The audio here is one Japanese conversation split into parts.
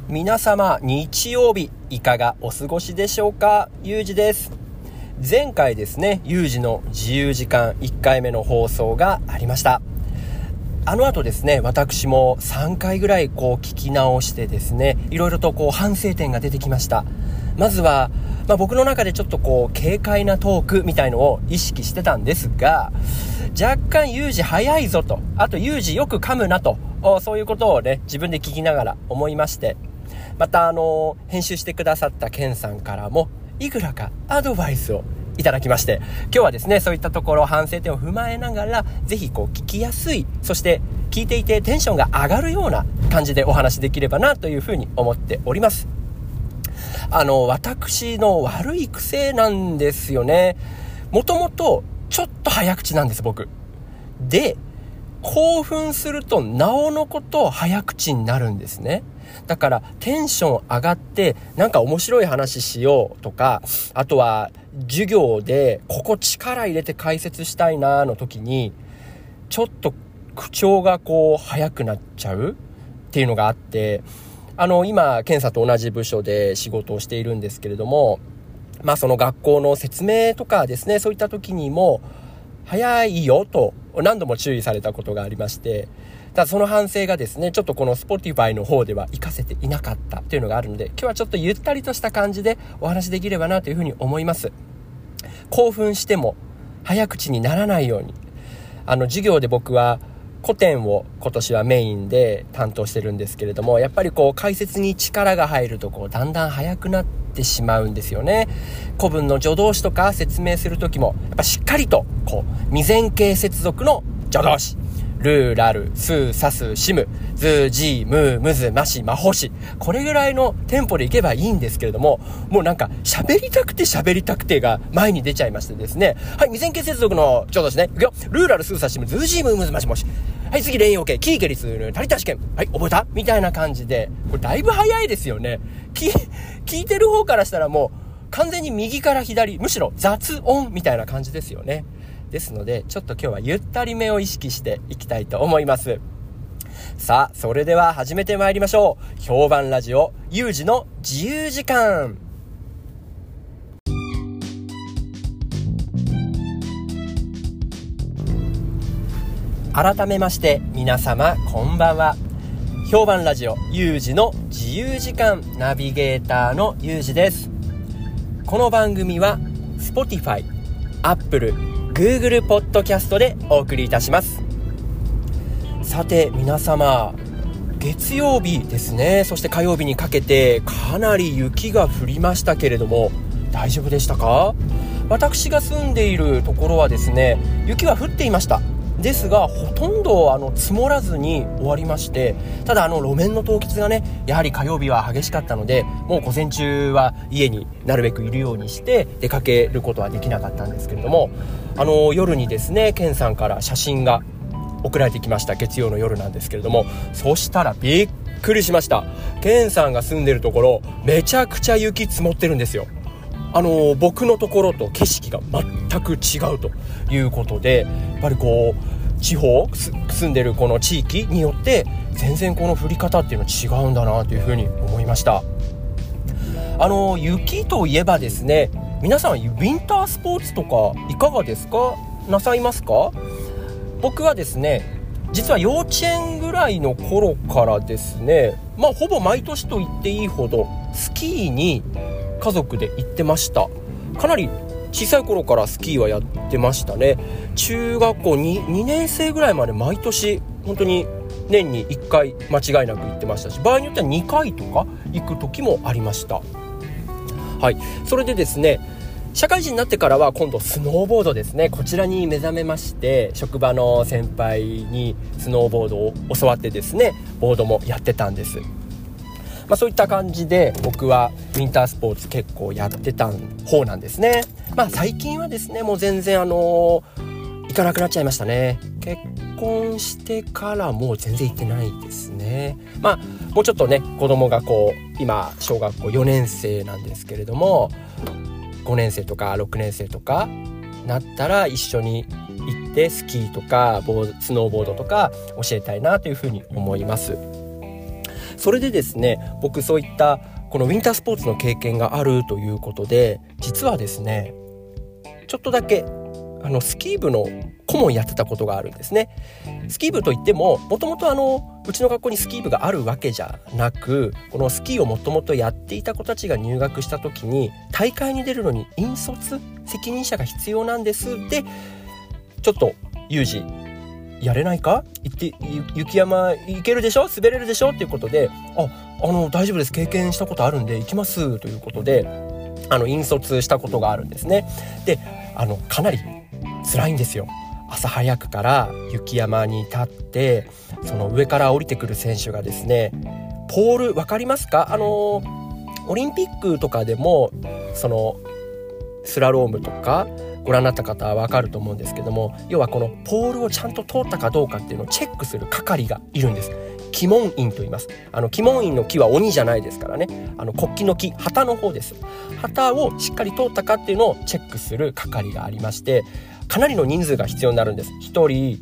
皆様、日曜日いかがお過ごしでしょうか。ゆうじです。前回ですね、ゆうじの自由時間1回目の放送がありました。あの後ですね、私も3回ぐらい聞き直してですね、いろいろと反省点が出てきました。まずは、僕の中でちょっと軽快なトークみたいのを意識してたんですが、若干ゆうじ早いぞと、あとゆうじよく噛むなと、そういうことをね、自分で聞きながら思いまして、また編集してくださったケンさんからもいくらかアドバイスをいただきまして、今日はですね、そういったところ反省点を踏まえながら、ぜひ聞きやすい、そして聞いていてテンションが上がるような感じでお話できればなというふうに思っております。私の悪い癖なんですよね。もともとちょっと早口なんです、僕。で、興奮するとなおのこと早口になるんですね。だからテンション上がってなんか面白い話しようとか、あとは授業でここ力入れて解説したいなの時にちょっと口調が早くなっちゃうっていうのがあって、今ケンさんと同じ部署で仕事をしているんですけれども、その学校の説明とかですね、そういった時にも早いよと何度も注意されたことがありまして、ただその反省がですね、ちょっとこの Spotify の方では活かせていなかったというのがあるので、今日はちょっとゆったりとした感じでお話できればなというふうに思います。興奮しても早口にならないように、授業で僕は古典を今年はメインで担当してるんですけれども、やっぱり解説に力が入るとだんだん速くなってしまうんですよね。古文の助動詞とか説明する時もやっぱしっかりと未然形接続の助動詞、ルーラルスーサスシムズジームームズマシマホシ、これぐらいのテンポでいけばいいんですけれども、もうなんか喋りたくてが前に出ちゃいましてですね、はい、未然形接続の助動詞ね、いくよ、ルーラルスーサスシムズジームームズマシマホシ、はい、次連用形キーケリス足りた試験、はい、覚えたみたいな感じで、これだいぶ早いですよね。聞いてる方からしたらもう完全に右から左、むしろ雑音みたいな感じですよね。ですので、ちょっと今日はゆったりめを意識していきたいと思います。さあ、それでは始めてまいりましょう。評判ラジオゆうじの自由時間。改めまして皆様こんばんは。評判ラジオゆうじの自由時間ナビゲーターのゆうじです。この番組は Spotify、Apple、Google ポッドキャストでお送りいたします。さて皆様、月曜日ですね、そして火曜日にかけてかなり雪が降りましたけれども、大丈夫でしたか？私が住んでいるところはですね、雪は降っていました。ですがほとんど積もらずに終わりまして、ただ路面の凍結がね、やはり火曜日は激しかったので、もう午前中は家になるべくいるようにして出かけることはできなかったんですけれども、夜にですね、ケンさんから写真が送られてきました。月曜の夜なんですけれども、そしたらびっくりしました。ケンさんが住んでるところめちゃくちゃ雪積もってるんですよ。僕のところと景色が全く違うということで、やっぱり地方住んでるこの地域によって全然この降り方っていうのは違うんだなというふうに思いました。雪といえばですね、皆さんウィンタースポーツとかいかがですか？なさいますか？僕はですね、実は幼稚園ぐらいの頃からですね、ほぼ毎年と言っていいほどスキーに家族で行ってました。かなり小さい頃からスキーはやってましたね。中学校 2年生ぐらいまで毎年本当に年に1回間違いなく行ってましたし、場合によっては2回とか行く時もありました。はい、それでですね、社会人になってからは今度スノーボードですね、こちらに目覚めまして、職場の先輩にスノーボードを教わってですね、ボードもやってたんです。そういった感じで僕はウィンタースポーツ結構やってた方なんですね。最近はですね、もう全然行かなくなっちゃいましたね。結婚してからもう全然行ってないですね。もうちょっとね、子供が今小学校4年生なんですけれども、5年生とか6年生とかなったら一緒に行ってスキーとかスノーボードとか教えたいなというふうに思います。 それでですね、僕そういったこのウィンタースポーツの経験があるということで、実はですね、ちょっとだけスキー部の顧問やってたことがあるんですね。スキー部といっても、もともとうちの学校にスキー部があるわけじゃなく、このスキーをもともとやっていた子たちが入学した時に、大会に出るのに引率責任者が必要なんですで、ちょっとユージやれないか、行って雪山行けるでしょ、滑れるでしょっていうことで、大丈夫です、経験したことあるんで行きますということで引率したことがあるんですね。でかなり辛いんですよ。朝早くから雪山に立って、その上から降りてくる選手がですね、ポール分かりますか？オリンピックとかでもそのスラロームとかご覧になった方は分かると思うんですけども、要はこのポールをちゃんと通ったかどうかっていうのをチェックする係がいるんです。旗門員と言います。旗門員の旗は鬼じゃないですからね、国旗の旗、旗の方です。旗をしっかり通ったかっていうのをチェックする係がありまして、かなりの人数が必要になるんです。1人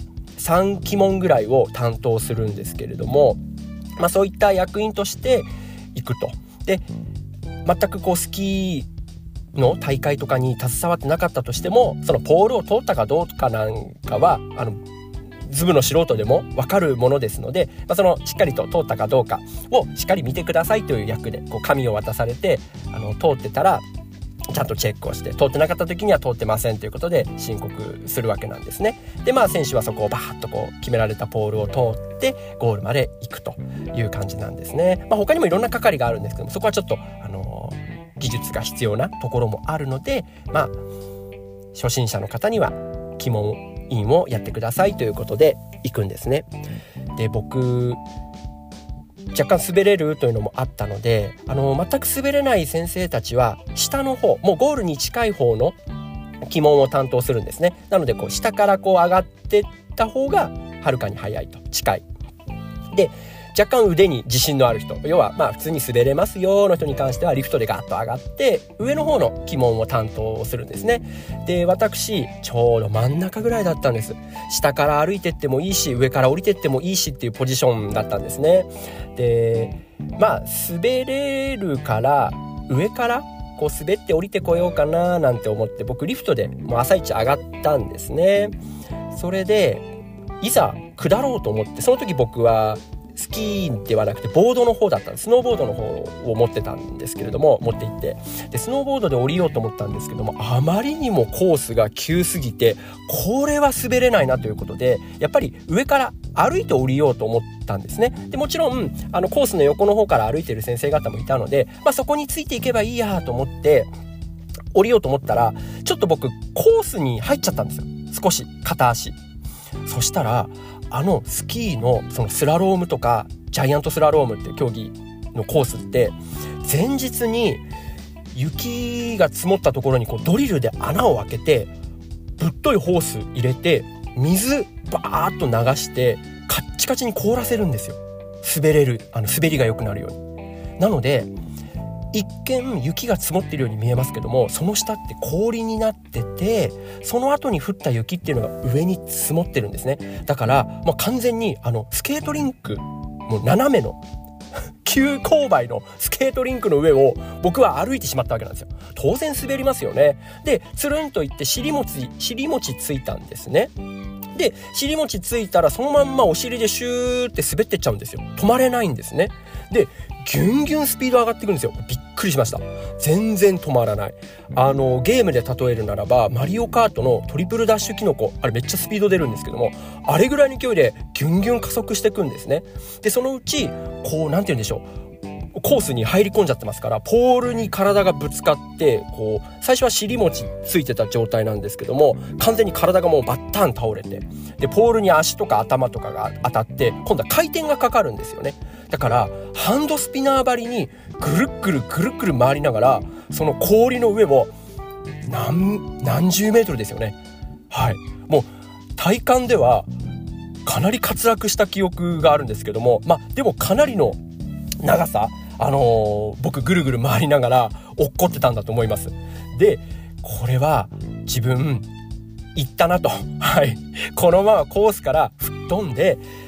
3旗門ぐらいを担当するんですけれども、そういった役員として行くと。で全くスキーの大会とかに携わってなかったとしても、そのポールを通ったかどうかなんかはズブの素人でも分かるものですので、そのしっかりと通ったかどうかをしっかり見てくださいという役で紙を渡されて、通ってたらちゃんとチェックをして、通ってなかった時には通ってませんということで申告するわけなんですね。で選手はそこをバーッと決められたポールを通ってゴールまで行くという感じなんですね。他にもいろんな係があるんですけども、そこはちょっと技術が必要なところもあるので、初心者の方には旗門員をやってくださいということで行くんですね。で僕若干滑れるというのもあったので、全く滑れない先生たちは下の方、もうゴールに近い方の旗門を担当するんですね。なので下から上がってった方がはるかに早いと、近いで、若干腕に自信のある人、要は普通に滑れますよの人に関してはリフトでガッと上がって上の方の旗門を担当するんですね。で私ちょうど真ん中ぐらいだったんです。下から歩いてってもいいし、上から降りてってもいいしっていうポジションだったんですね。で滑れるから上から滑って降りてこようかななんて思って、僕リフトでもう朝一上がったんですね。それでいざ下ろうと思って、その時僕はスキーではなくてボードの方だったんです。スノーボードの方を持ってたんですけれども、持って行って、でスノーボードで降りようと思ったんですけども、あまりにもコースが急すぎてこれは滑れないなということで、やっぱり上から歩いて降りようと思ったんですね。でもちろんコースの横の方から歩いてる先生方もいたので、そこについていけばいいやと思って降りようと思ったら、ちょっと僕コースに入っちゃったんですよ、少し片足。そしたらスキーのそのスラロームとかジャイアントスラロームっていう競技のコースって、前日に雪が積もったところにこうドリルで穴を開けてぶっといホース入れて水バーッと流してカッチカチに凍らせるんですよ。滑りが良くなるように。なので一見雪が積もってるように見えますけども、その下って氷になってて、その後に降った雪っていうのが上に積もってるんですね。だからもう完全にスケートリンク、もう斜めの急勾配のスケートリンクの上を僕は歩いてしまったわけなんですよ。当然滑りますよね。でつるんといって尻餅ついたんですね。で尻餅ついたらそのまんまお尻でシューって滑ってっちゃうんですよ。止まれないんですね。でギュンギュンスピード上がってくるんですよ。びっくりしました。全然止まらない。ゲームで例えるならばマリオカートのトリプルダッシュキノコ、あれめっちゃスピード出るんですけども、あれぐらいの勢いでギュンギュン加速していくんですね。でそのうちなんて言うんでしょう、コースに入り込んじゃってますから、ポールに体がぶつかって最初は尻餅ついてた状態なんですけども、完全に体がもうバッタン倒れて、でポールに足とか頭とかが当たって今度は回転がかかるんですよね。だからハンドスピナー張りにぐるっぐるぐるっぐる回りながら、その氷の上を何十メートルですよね。はい、もう体感ではかなり滑落した記憶があるんですけども、でもかなりの長さ、僕ぐるぐる回りながら落っこってたんだと思います。でこれは自分行ったなと、はい、このままコースから吹っ飛んで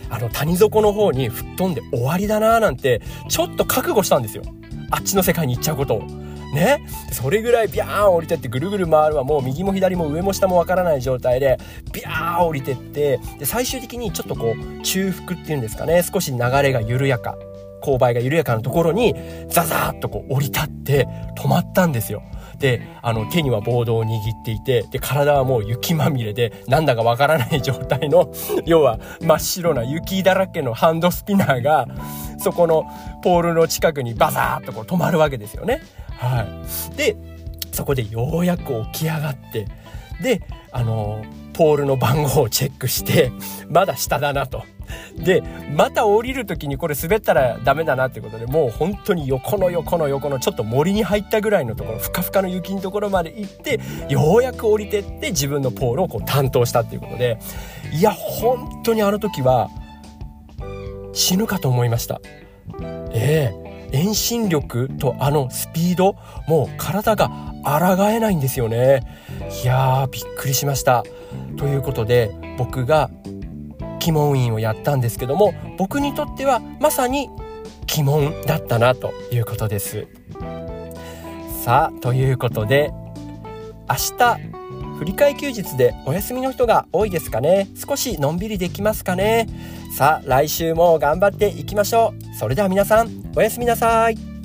谷底の方に吹っ飛んで終わりだななんてちょっと覚悟したんですよ。あっちの世界に行っちゃうことをね。それぐらいビャーン降りてってぐるぐる回るわ、もう右も左も上も下もわからない状態でビャーン降りてって、で最終的にちょっとこう中腹っていうんですかね、少し流れが緩やか、勾配が緩やかなところにザザーッとこう降り立って止まったんですよ。で手にはボードを握っていて、で体はもう雪まみれでなんだかわからない状態の要は真っ白な雪だらけのハンドスピナーがそこのポールの近くにバザーッとこう止まるわけですよね。はい。でそこでようやく起き上がって、でポールの番号をチェックしてまだ下だなと。でまた降りる時にこれ滑ったらダメだなってことで、もう本当に横のちょっと森に入ったぐらいのところ、ふかふかの雪のところまで行ってようやく降りてって自分のポールをこう担当したっていうことで、いや本当にあの時は死ぬかと思いました。遠心力とスピード、もう体が抗えないんですよね。いやーびっくりしました。ということで僕が鬼門院をやったんですけども、僕にとってはまさに鬼門だったなということです。さあということで明日振り替え休日でお休みの人が多いですかね。少しのんびりできますかね。さあ来週も頑張っていきましょう。それでは皆さんおやすみなさい。